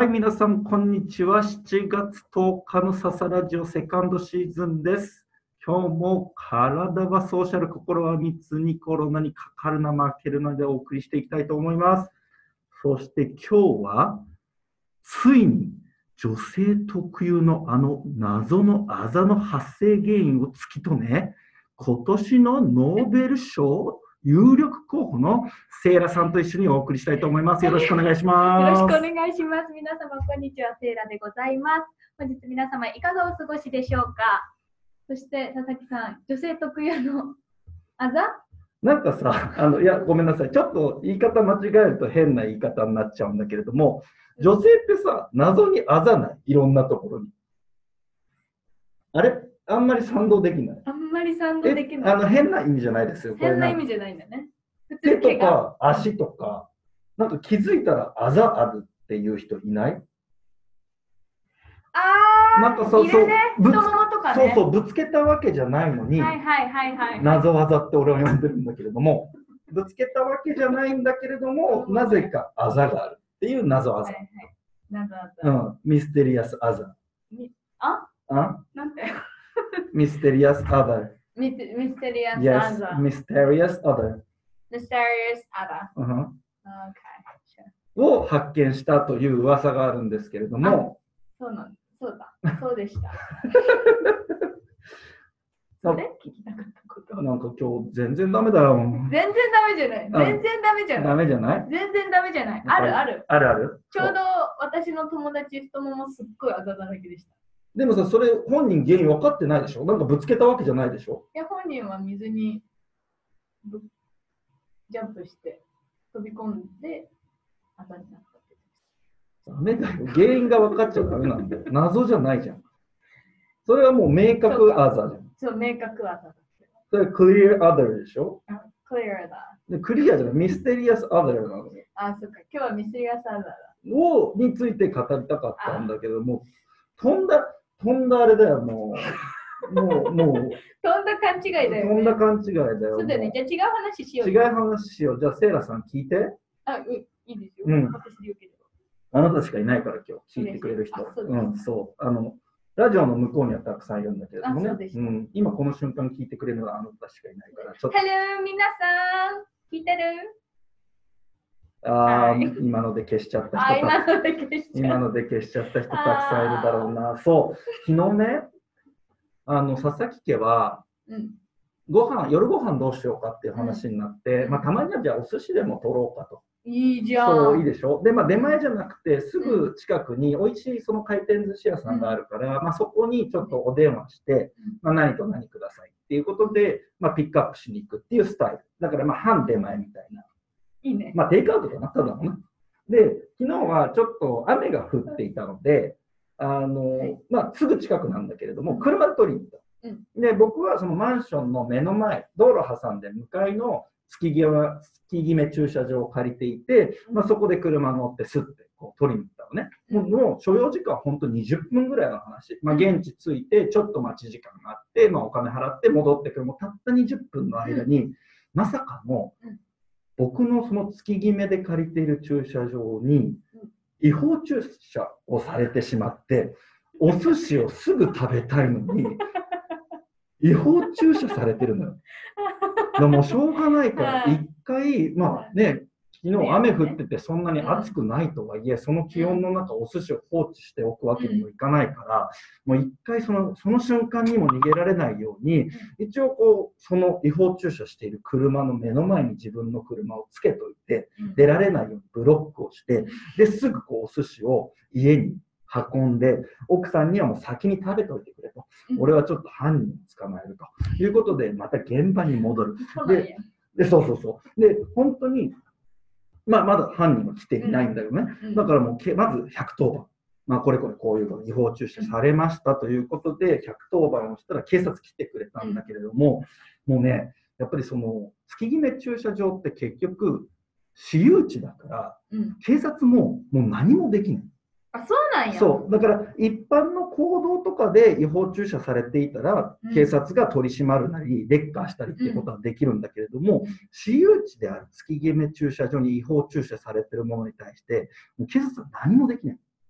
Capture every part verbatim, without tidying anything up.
はい、皆さん、こんにちは。しちがつとおかのササラジオセカンドシーズンです。今日も体はソーシャル、心は密にコロナにかかるな、負けるなでお送りしていきたいと思います。そして今日は、ついに女性特有のあの謎のあざの発生原因を突き止め、今年のノーベル賞有力候補のセイラさんと一緒にお送りしたいと思います。よろしくお願いします。 よろしくお願いします。皆様、こんにちは。セイラでございます。本日皆様、いかがお過ごしでしょうか。そして、佐々木さん、女性特有のあざなんかさ、あの、いや、ごめんなさい。ちょっと言い方間違えると変な言い方になっちゃうんだけれども、女性ってさ、謎にあざない。いろんなところに。あれあんまり賛同できない。 あんまり賛同できない。 あの、変な意味じゃないですよ。 変な意味じゃないんだね。 手とか足とか、なんか気づいたらあざあるっていう人いない？ あー、 なんかそうそう、 ね、太ももとかね。 そうそう、ぶつけたわけじゃないのに、 はいはいはいはい。 謎あざって俺は呼んでるんだけれども、ぶつけたわけじゃないんだけれども、なぜかあざがあるっていう謎あざ。はいはい、 謎あざ。 うん、ミステリアスあざ。 ああなんてミステリアスアザ。 ミステリアスアザ。 Yes, mysterious other. Mysterious other. を発見したという噂があるんですけれども。 そうなんそうだ。そうでした。それ聞きたかったこと。 なんか今日全然ダメだよ。 全然ダメじゃない。全然ダメじゃない。 ダメじゃない？ 全然ダメじゃない。あるある。 あるある。 ちょうど私の友達太ももすっごいあざだらけでした。 でもさ、それ本人原因分かってないでしょ？なんかぶつけたわけじゃないでしょ？ いや、本人は水にジャンプして飛び込んであざになった。 ダメだよ。原因が分かっちゃダメなんだよ。謎じゃないじゃん。それはもう明確あざじゃん。 そう、明確あざ。 それクリアアザーでしょ？ クリアだ。 でクリアじゃない、ミステリアスアザーなの。 あ、そっか。今日はミステリアスアザーだ。 をについて語りたかったんだけども、飛んだ、飛んだあれだよ、もう。もう、もう。 飛んだ勘違いだよ、ね。 飛んだ勘違いだよ。 そうだね。じゃあ違う話しよう。 違う話しよう。じゃあ、セイラさん聞いて。 あ、いいですよ。 うん。 私でよければ。あなたしかいないから今日、聞いてくれる人。うん、そう。あの、ラジオの向こうにはたくさんいるんだけれどもね。うん、今この瞬間聞いてくれるのはあなたしかいないから。 ちょっと。Hello、皆さん。聞いてる？ ああ、今ので消しちゃった人今ので消しちゃった。 今ので消しちゃった人たくさんいるだろうな。そう。昨日ね、あの、佐々木家は、うん、ご飯、夜ご飯どうしようかっていう話になって、うん、まあ、たまにはじゃあお寿司でも取ろうかと。 いいじゃん。 そう、いいでしょ。で、まあ、出前じゃなくて、すぐ近くに美味しいその回転寿司屋さんがあるから、うん、まあ、そこにちょっとお電話して、まあ、何と何くださいっていうことで、まあ、ピックアップしに行くっていうスタイル。だから、まあ、半出前みたいな。 いいね。 まあ、テイクアウトかな、ただのね。で、昨日はちょっと雨が降っていたので、あの、はい、まあ、すぐ近くなんだけれども、車で取りに行った。うん、で、僕はそのマンションの目の前、道路挟んで向かいの月決め、月決め駐車場を借りていて、まあ、そこで車乗ってスッてこう取りに行ったのね。うん、もう所要時間は本当にじゅっぷんぐらいの話。まあ、現地着いて、ちょっと待ち時間があって、まあ、お金払って戻ってくる。もうたったにじゅっぷんの間に、まさかの、僕のその月決めで借りている駐車場に違法駐車をされてしまって、お寿司をすぐ食べたいのに違法駐車されてるのよ。でもしょうがないから一回、まあね、昨日雨降っててそんなに暑くないとはいえ、その気温の中お寿司を放置しておくわけにもいかないから、もう一回そのその瞬間にも逃げられないように、一応こうその違法駐車している車の目の前に自分の車をつけといて、出られないようにブロックをして、ですぐこうお寿司を家に運んで、奥さんにはもう先に食べといてくれと。俺はちょっと犯人を捕まえるということで、また現場に戻る。で、でそうそうそう。で、本当に、まあ、まだ犯人は来ていないんだよね。うん、だからもうけ、まずひゃくとおばん。まあ、これこれこういうこと違法駐車されましたということで、ひゃくとおばんをしたら警察来てくれたんだけれども、もうね、やっぱりその月決め駐車場って結局、私有地だから、うん、警察ももう何もできない。 あ、そうなんや。 そう。だから一般の行動とかで違法駐車されていたら、うん、警察が取り締まるなり、レッカーしたりっていうことはできるんだけれども、うん、私有地である月決め駐車場に違法駐車されているものに対して、もう警察は何もできない。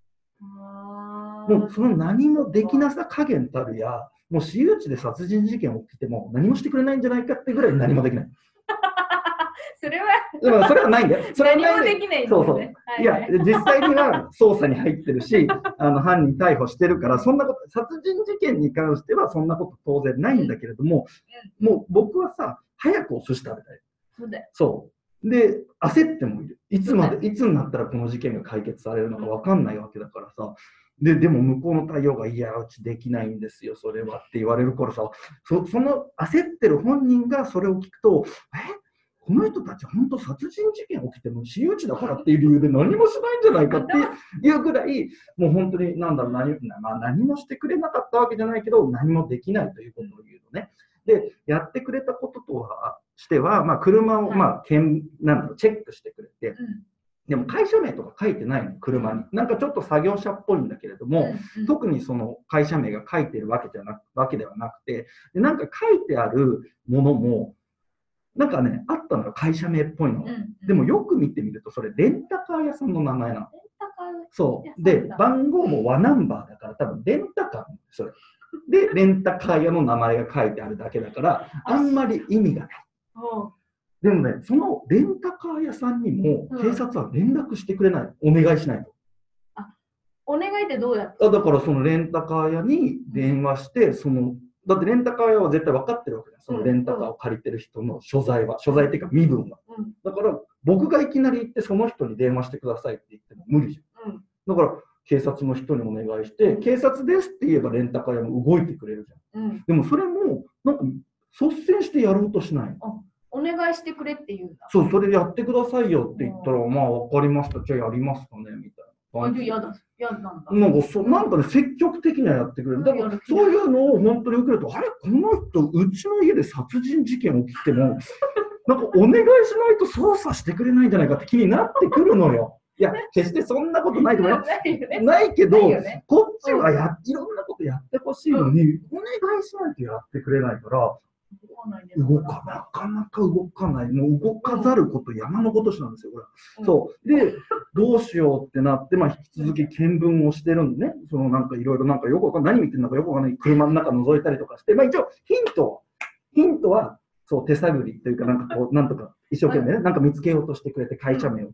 もうその何もできなさ加減たるや、もう私有地で殺人事件起きても何もしてくれないんじゃないかってぐらい何もできない。 それはでもそれはないんだよ。それは何もできないんだよね。 そうそう。いや、実際には捜査に入ってるし、あの犯人逮捕してるから、そんなこと、殺人事件に関してはそんなこと当然ないんだけれども、うん、もう僕はさ、早くお寿司食べたい。 そうだよ。そう。 で、焦ってもいる。いつまで、いつになったらこの事件が解決されるのか分かんないわけだからさ。で、でも向こうの対応が、いや、うちできないんですよ、それはって言われるからさ、そ, その焦ってる本人がそれを聞くと、えこの人たち本当殺人事件起きても私有地だからっていう理由で何もしないんじゃないかっていうぐらい、もう本当に何だろう、何、まあ、何もしてくれなかったわけじゃないけど、何もできないということを言うのね。で、やってくれたこととはしては、まあ、車を、まあ、けんなんだろうチェックしてくれて、でも会社名とか書いてないの、車に。なんかちょっと作業車っぽいんだけれども、特にその会社名が書いてるわけじゃなく、わけではなくて、でなんか書いてあるものも、なんかね、あったのよ、会社名っぽいの。うんうん、でもよく見てみると、それレンタカー屋さんの名前なの。レンタカーそう。で、番号も和ナンバーだから、多分レンタカーそれ。で、レンタカー屋の名前が書いてあるだけだから、あんまり意味がない。でもね、そのレンタカー屋さんにも警察は連絡してくれない。お願いしないと。 あ、お願いってどうやって？ あ、だからそのレンタカー屋に電話して、その、だってレンタカー屋は絶対分かってるわけだよ。そのレンタカーを借りてる人の所在は。所在っていうか身分は。うん、だから僕がいきなり行ってその人に電話してくださいって言っても無理じゃん。うん、だから警察の人にお願いして、警察ですって言えばレンタカー屋も動いてくれるじゃん。うん、でもそれもなんか率先してやろうとしない。 お願いしてくれって言うんだ。 そう、それやってくださいよって言ったら、まあ分かりました。じゃあやりますかねみたいな。 あ、じゃあやだ。やなんだ。 なんかそ、なんかね、積極的にはやってくれる。だから、そういうのを本当に受けると、あれ、この人、うちの家で殺人事件起きても、なんかお願いしないと捜査してくれないんじゃないかって気になってくるのよ。いや、決してそんなことないと思います。ないけど、ね、こっちはやいろんなことやってほしいのに、うん、お願いしないとやってくれないから、動かなかなか動かない。もう動かざること山のごとしなんですよ、これ。うん、そう。で、どうしようってなって、まあ、引き続き見聞をしてるんでね、そのなんかいろいろなんかよくわかんない、何見てるのかよくわかんない車の中覗いたりとかして、まあ一応ヒント、ヒントは、そう手探りというか、なんかこう、なんとか一生懸命ね、なんか見つけようとしてくれて、会社名をって。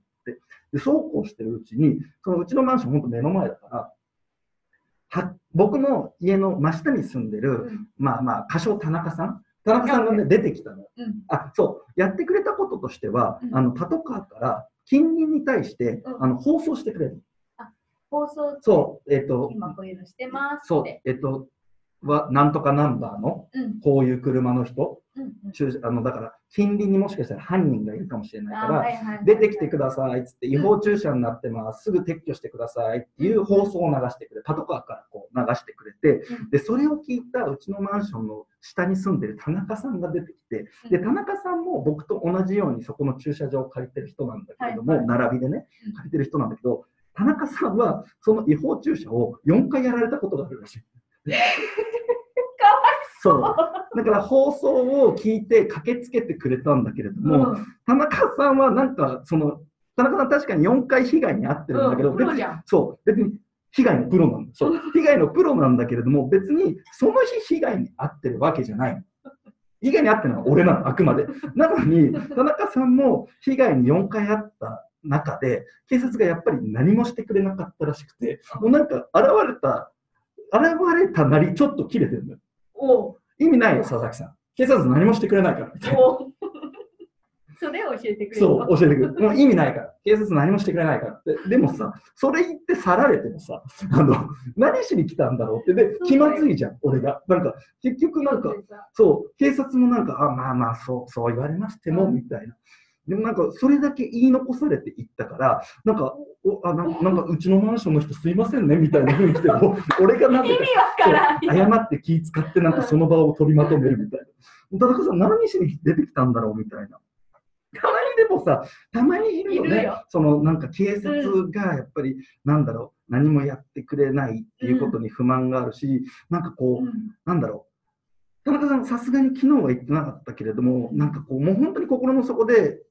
で、そうこうしてるうちに、そのうちのマンション、ほんと目の前だから、は僕の家の真下に住んでる、うん、まあまあ、仮称田中さん。田中さんがね、出てきたの。うん、あ、そう、やってくれたこととしては、うん、あのパトカーから近隣に対して、うん、あの放送してくれる。 あ、放送そう、えっと、 今こういうのしてますって。 そう、えっと、はなんとかナンバーの、こういう車の人、うんうん、あのだから近隣にもしかしたら犯人がいるかもしれないから、出てきてくださいっつって、違法駐車になってます、すぐ撤去してくださいっていう放送を流してくれ、パトカーからこう流してくれて、でそれを聞いたうちのマンションの下に住んでる田中さんが出てきて、で田中さんも僕と同じようにそこの駐車場を借りてる人なんだけれども、並びでね借りてる人なんだけど、田中さんはその違法駐車をよんかいやられたことがあるらしい。そうだから放送を聞いて駆けつけてくれたんだけれども、うん、田中さんはなんかその田中さん確かによんかい被害に遭ってるんだけど、うん、別にそう別に被害のプロなんだ。そう被害のプロなんだけれども、別にその日被害に遭ってるわけじゃない。被害に遭ってるのは俺なの、あくまで。なのに田中さんも被害によんかい遭った中で警察がやっぱり何もしてくれなかったらしくて、もうなんか現れた現れたなりちょっと切れてるんだよ。お意味ないよ、佐々木さん。警察何もしてくれないから。 おそれを教えてくれる。 そう、教えてくれる。もう意味ないから。警察何もしてくれないからって。でもさ、それ言って去られてもさ、あの、何しに来たんだろうって。で、気まずいじゃん、俺が。なんか、結局なんか、そう、警察もなんか、あ、まあまあ、そう、そう言われましても、うん、みたいな。でもなんか、それだけ言い残されていったから、なんか、おあななんかうちのマンションの人すいませんねみたいな風にしても、俺がなぜか謝って気使ってなんかその場を取りまとめるみたいな。田中さん何しに出てきたんだろうみたいな。たまにでもさ、たまにいるよね。よそのなんか警察がやっぱり、うん、なんだろう、何もやってくれないっていうことに不満があるし、うん、なんかこう、うん、なんだろう。田中さん、さすがに昨日は言ってなかったけれども、なんかこう、もう本当に心の底で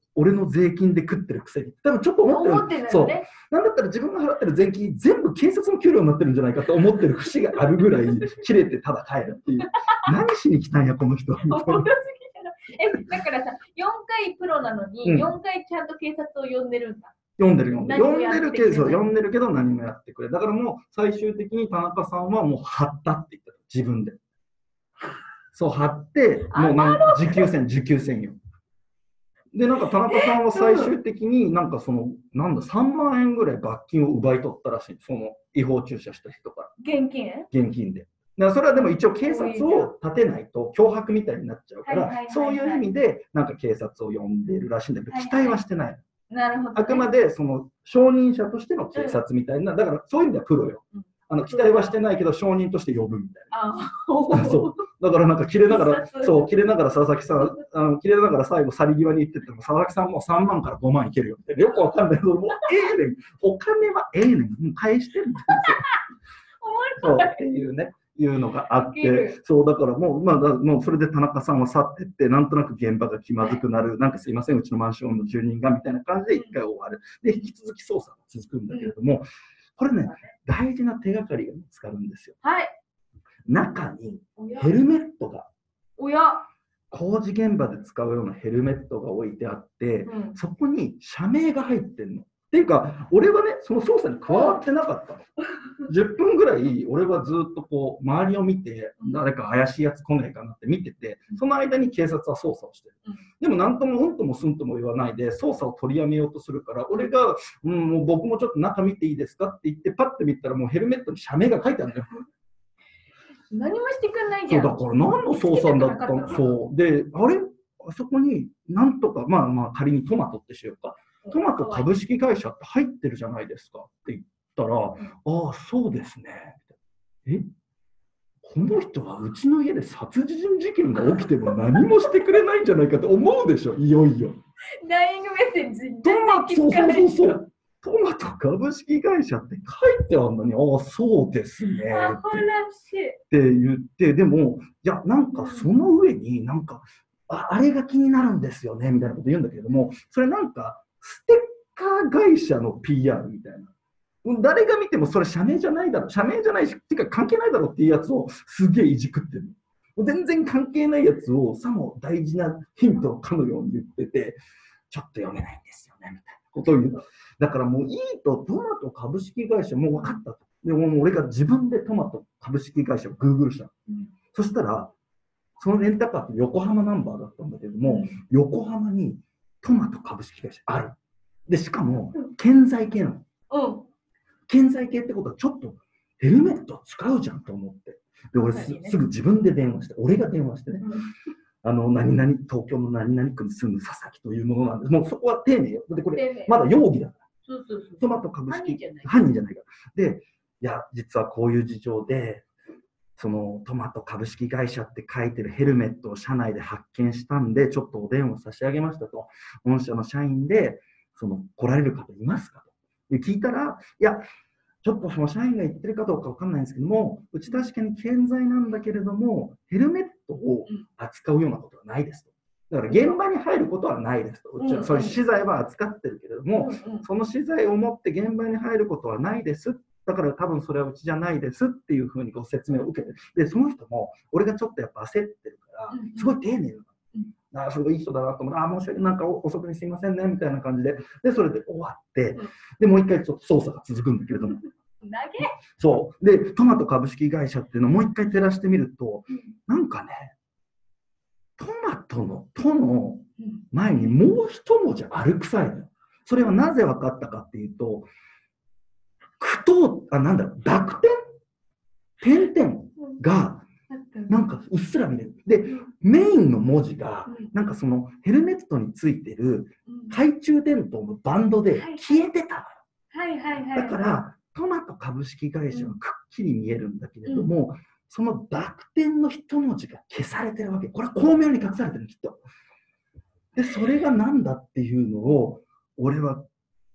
俺の税金で食ってるくせに多分ちょっと思ってる。 思ってるんだそうよね。 なんだったら自分が払ってる税金全部警察の給料になってるんじゃないかと思ってる節があるぐらい切れてただ帰るっていう何しに来たんやこの人みたいな。 おもろすぎじゃない。え、だからさ、よんかいプロなのに、 うん、 よんかいちゃんと警察を呼んでるんだ。 読んでる読んでる読んでるけど何もやってくれない読んでるけど何もやってくれ。だからもう最終的に田中さんはもう貼ったって言った自分で。そう貼ってもうなん時給銭時給銭よ。でなんか田中さんは最終的になんかそのなんださんまんえんぐらい罰金を奪い取ったらしい。その違法駐車した人から。 現金？ 現金で。だからそれはでも一応警察を立てないと脅迫みたいになっちゃうからそういう意味でなんか警察を呼んでいるらしいんだけど、期待はしてない。 なるほどね、 あくまでその承認者としての警察みたいな、だからそういう意味ではプロよ。 うん、 あの期待はしてないけど承認として呼ぶみたいな。 あそうだからなんか切れながら、そう切れながら佐々木さん、あの切れながら最後去り際に言ってても佐々木さんもさんまんからごまんいけるよって。よくわかんないけど、もうええねん、お金はええねん、もう返してるんですよ。そうっていうね。いうのがあって、そうだからもう、まあ、もうそれで田中さんは去ってって、なんとなく現場が気まずくなる、なんかすいません、うちのマンションの住人がみたいな感じで一回終わる。で、引き続き捜査が続くんだけれども、これね、大事な手がかりが見つかるんですよ。 はい。 中にヘルメットが、 おや工事現場で使うようなヘルメットが置いてあって、うん、そこに社名が入ってんの。っていうか、俺はね、その捜査に加わってなかったの。じゅっぷんぐらい、俺はずっとこう、周りを見て、誰か怪しいやつ来ないかなって見てて、その間に警察は捜査をしてる。でも、なんともうんともすんとも言わないで、捜査を取りやめようとするから、俺が、うん、もう僕もちょっと中見ていいですかって言って、パッて見たら、もうヘルメットに社名が書いてあるんだよ。 何もしてくんないじゃん。 そうだから、何の捜査だったの？そう。で、あれあそこになんとか、まあまあ、仮にトマトってしようか。トマト株式会社って入ってるじゃないですかって言ったら、ああ、そうですね。えこの人はうちの家で殺人事件が起きても何もしてくれないんじゃないかと思うでしょ、いよいよ。 ダイイングメッセージ。 トマト、そうそうそう。トマト株式会社って書いてあるのに、ああ、そうですね。って言って、でも、いや、なんかその上になんか、あ, あれが気になるんですよね、みたいなこと言うんだけれども、それなんか、ステッカー会社の ピーアール みたいな。誰が見てもそれ社名じゃないだろう、社名じゃないし、っていうか関係ないだろうっていうやつをすげえいじくってる。全然関係ないやつをさも大事なヒントかのように言ってて、ちょっと読めないんですよね、みたいなことを言う。だからもういいと、トマト株式会社もう分かったと。でも俺が自分でトマト株式会社を Google した。うん、そしたら、そのレンタカーって横浜ナンバーだったんだけども、うん、横浜にトマト株式会社ある。で、しかも、建材系なの。うん、建材系ってことはちょっとヘルメット使うじゃんと思って。で、俺 す,、ね、すぐ自分で電話して、俺が電話してね、うん、あの、何々、東京の何々区に住む佐々木というものなんです。もうそこは丁寧よ。で、これ、まだ容疑だから。そうそうそう、トマト株式、犯人じゃないから。で、いや、実はこういう事情で、そのトマト株式会社って書いてるヘルメットを社内で発見したんで、ちょっとお電話差し上げましたと。御社の社員で、その来られる方いますかと。で、聞いたら、いや、ちょっとその社員が言ってるかどうかわかんないんですけども、うち確かに建材なんだけれども、ヘルメットを扱うようなことはないですと。だから現場に入ることはないですと。うちはそういう資材は扱ってるけれども、その資材を持って現場に入ることはないです。だから多分それはうちじゃないですっていうふうにご説明を受けて、で、その人も、俺がちょっとやっぱ焦ってるから、すごい丁寧な、あ、それがいい人だなと思って、あ、申し訳ない、なんか遅くにすいませんね、みたいな感じで、で、それで終わって、で、もう一回ちょっと捜査が続くんだけれども。そう。で、トマト株式会社っていうのをもう一回照らしてみると、なんかね、トマトの「と」の前にもう一文字ある臭いのよ。それはなぜ分かったかっていうと、句読、あ、なんだろう、濁点点々が、なんかうっすら見れる。で、メインの文字が、なんかそのヘルメットについてる懐中電灯のバンドで消えてたの。だから、トマト株式会社はくっきり見えるんだけれども、その濁点の一文字が消されてるわけ。これは巧妙に隠されてる、きっと。で、それが何だっていうのを、俺は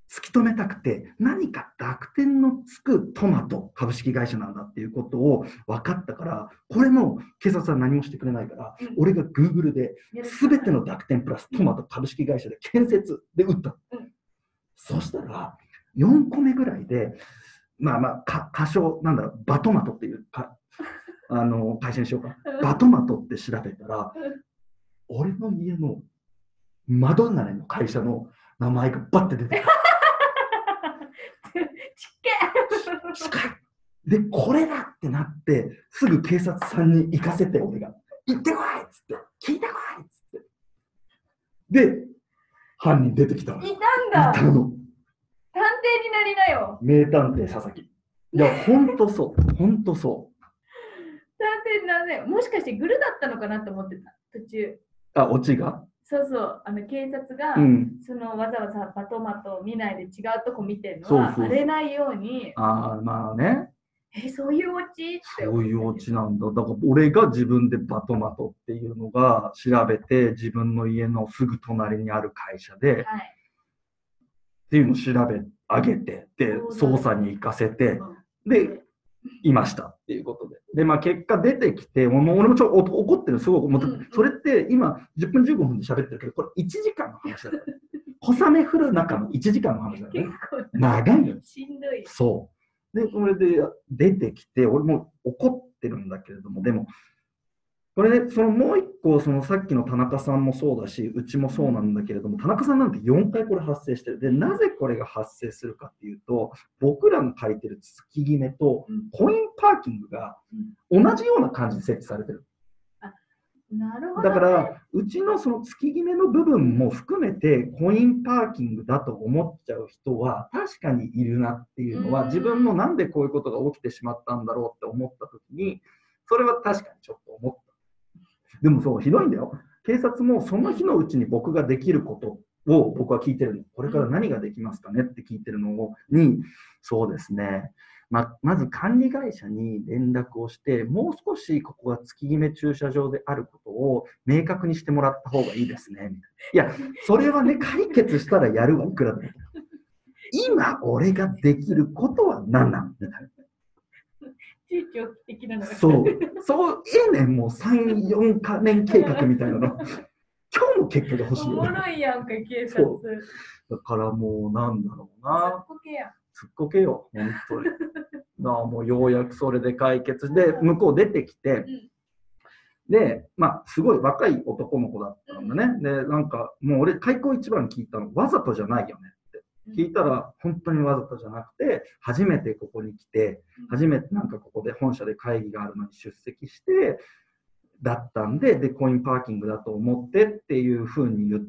突き止めたくて、何か濁点のつくトマト株式会社なんだっていうことを分かったから、これも警察は何もしてくれないから、うん、俺が Google で全ての濁点プラストマト株式会社で建設で打った、うん、そしたらよんこめぐらいで、まあまあか仮称なんだろう、バトマトっていうかあの会社にしようか、バトマトって調べたら、俺の家の窓なれの会社の名前がバッて出てくる。近い。で、これだってなって、すぐ警察さんに行かせて、俺が。行ってこいっつって、聞いてこいっつって。で、犯人出てきたの。 いたんだ。 いたの。探偵になりなよ。 名探偵佐々木。いや、ほんとそう。ほんとそう。 探偵なんだよ。もしかしてグルだったのかなと思ってた、途中。 あ、オチがそうそう、あの警察が、うん、そのわざわざバトマトを見ないで違うとこ見てるのはバレないように。 ああ、まあね。 え、そういうオチってそういうオチなんだ。だから俺が自分でバトマトっていうのが調べて、自分の家のすぐ隣にある会社で、はい、っていうのを調べ上げて、で、捜査に行かせて、うん、で、いましたっていうことで。で、まあ結果出てきて、もう俺もちょっと怒ってる、すごく思って、うんうん、それって今じゅっぷんじゅうごふんで喋ってるけど、これいちじかんの話だから。小雨降る中のいちじかんの話だよね。長いのよ。 しんどい。 そう。で、これで出てきて、俺も怒ってるんだけれども、でも、これね、そのもう一個、そのさっきの田中さんもそうだし、うちもそうなんだけれども、田中さんなんてよんかいこれ発生してる。で、なぜこれが発生するかっていうと、僕らの書いてる月決めとコインパーキングが同じような感じで設置されてる。 あ、なるほど、ね。 だから、うちのその月決めの部分も含めてコインパーキングだと思っちゃう人は確かにいるなっていうのは、自分もなんでこういうことが起きてしまったんだろうって思ったときに、それは確かにちょっと思った。でもそう、ひどいんだよ。警察もその日のうちに僕ができることを僕は聞いてるの。これから何ができますかねって聞いてるのに、そうですね。ま, まず管理会社に連絡をして、もう少しここが月決め駐車場であることを明確にしてもらった方がいいですね。いや、それはね、解決したらやるわ、いくらでも。今、俺ができることは何なんみたいな。 中長期的なのがそう、そう、ええねん、もうさん、よんかねん計画みたいなの。今日の結果が欲しい。 おもろいやんか、警察。 だからもう、なんだろうな。 つっこけやん。 つっこけよ、本当に。なあ、もうようやくそれで解決で、向こう出てきて、うん、で、まあ、すごい若い男の子だったんだね。うん、で、なんか、もう俺、開口一番聞いたの、わざとじゃないよね。聞いたら本当にわざとじゃなくて、初めてここに来て、初めてなんかここで本社で会議があるのに出席してだったんで、でコインパーキングだと思ってっていうふうに言って、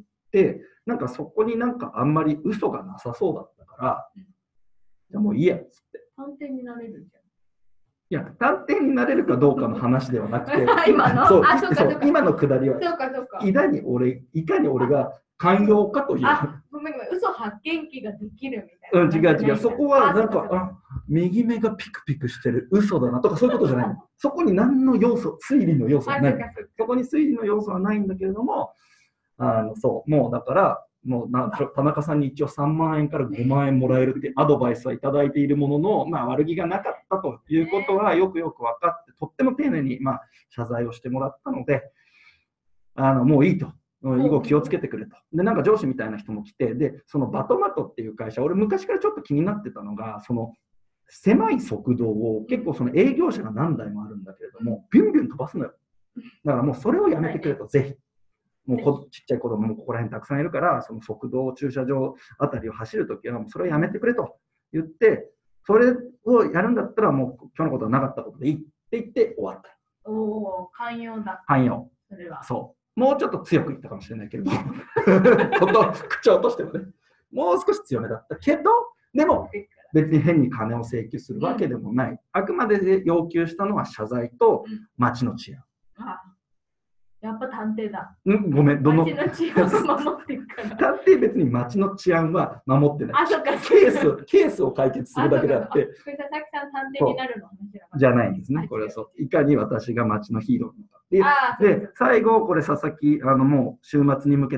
なんかそこになんかあんまり嘘がなさそうだったから、じゃあもういいやっつって。 探偵になれるじゃん。 いや、探偵になれるかどうかの話ではなくて、 今のそう、そうそう今のくだりは、 そうかそうか。 いかに俺、いかに俺が寛容かという。 あ、ごめんごめん、嘘発見器ができるみたいな。うん、違う違う。そこはなんか、あ、右目がピクピクしてる、嘘だなとかそういうことじゃない。そこに何の要素、推理の要素はない。そこに推理の要素はないんだけれども、あの、そう、もうだから、もうなん田中さんに一応さんまんえんからごまんえんもらえるってアドバイスはいただいているものの、まあ、悪気がなかったということはよくよく分かって、とっても丁寧に、まあ、謝罪をしてもらったので、あのもういいと。以後気をつけてくれと。で、なんか上司みたいな人も来て、で、そのバトマトっていう会社、俺昔からちょっと気になってたのが、その狭い速道を結構その営業者が何台もあるんだけれども、ビュンビュン飛ばすのよ。だからもうそれをやめてくれと、ぜひ。もうこちっちゃい子供もここら辺たくさんいるから、その速道駐車場あたりを走るときは、もうそれをやめてくれと言って、それをやるんだったら、もう今日のことはなかったことでいいって言って終わった。 おお、寛容だ。 寛容。 それは。 そう。もうちょっと強く言ったかもしれないけれども、こと口調としてもね、もう少し強めだったけど、でも別に変に金を請求するわけでもない。うん、あくまで要求したのは謝罪と町の治安。 うん、ああ、やっぱ探偵だ。 うん、ごめん、どの町の治安を守っていくから。 探偵別に町の治安は守ってない。 あ、そっか。 ケース、ケースを解決するだけであって。これ佐々木さん探偵になるのじゃないんですね。これはそう。いかに私が町のヒーローなのか。で、で最後、これ佐々木、あのもう週末に向けてね、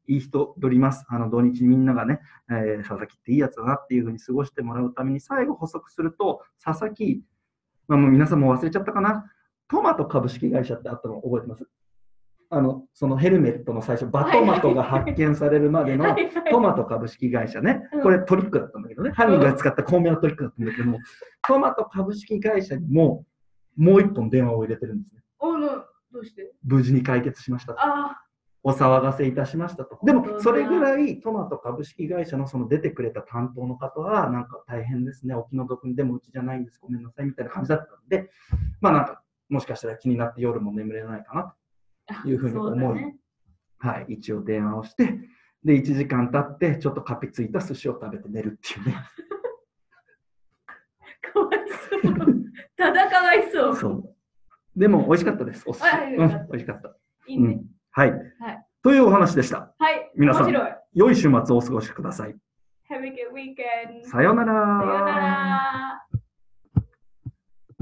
いい人取ります。あの土日みんながね、えー、佐々木っていいやつだなっていうふうに過ごしてもらうために、最後補足すると、佐々木、まあ、もう皆さんも忘れちゃったかな、トマト株式会社ってあったの覚えてます？あのそのヘルメットの最初、バトマトが発見されるまでのトマト株式会社ね、これトリックだったんだけどね、犯人が使った巧妙なトリックだったんだけども、トマト株式会社にももう一本電話を入れてるんですね。 おのどうして？ 無事に解決しましたと。 あお騒がせいたしましたと。でも、それぐらいトマト株式会社のその出てくれた担当の方は、なんか大変ですね、お気の毒に、でもうちじゃないんです、ごめんなさいみたいな感じだったんで、まあなんか、もしかしたら気になって夜も眠れないかなというふうに思い、ね、はい、一応電話をして、で、いちじかん経って、ちょっとカピついた寿司を食べて寝るっていうね。 かわいそう。ただかわいそう。 そう。でも、美味しかったです、お寿司。うん、美味しかった。 いいね。うんはい、はい。というお話でした。 はい。 皆さん、良い週末をお過ごしください。 Have a good weekend. さようなら。 さようなら。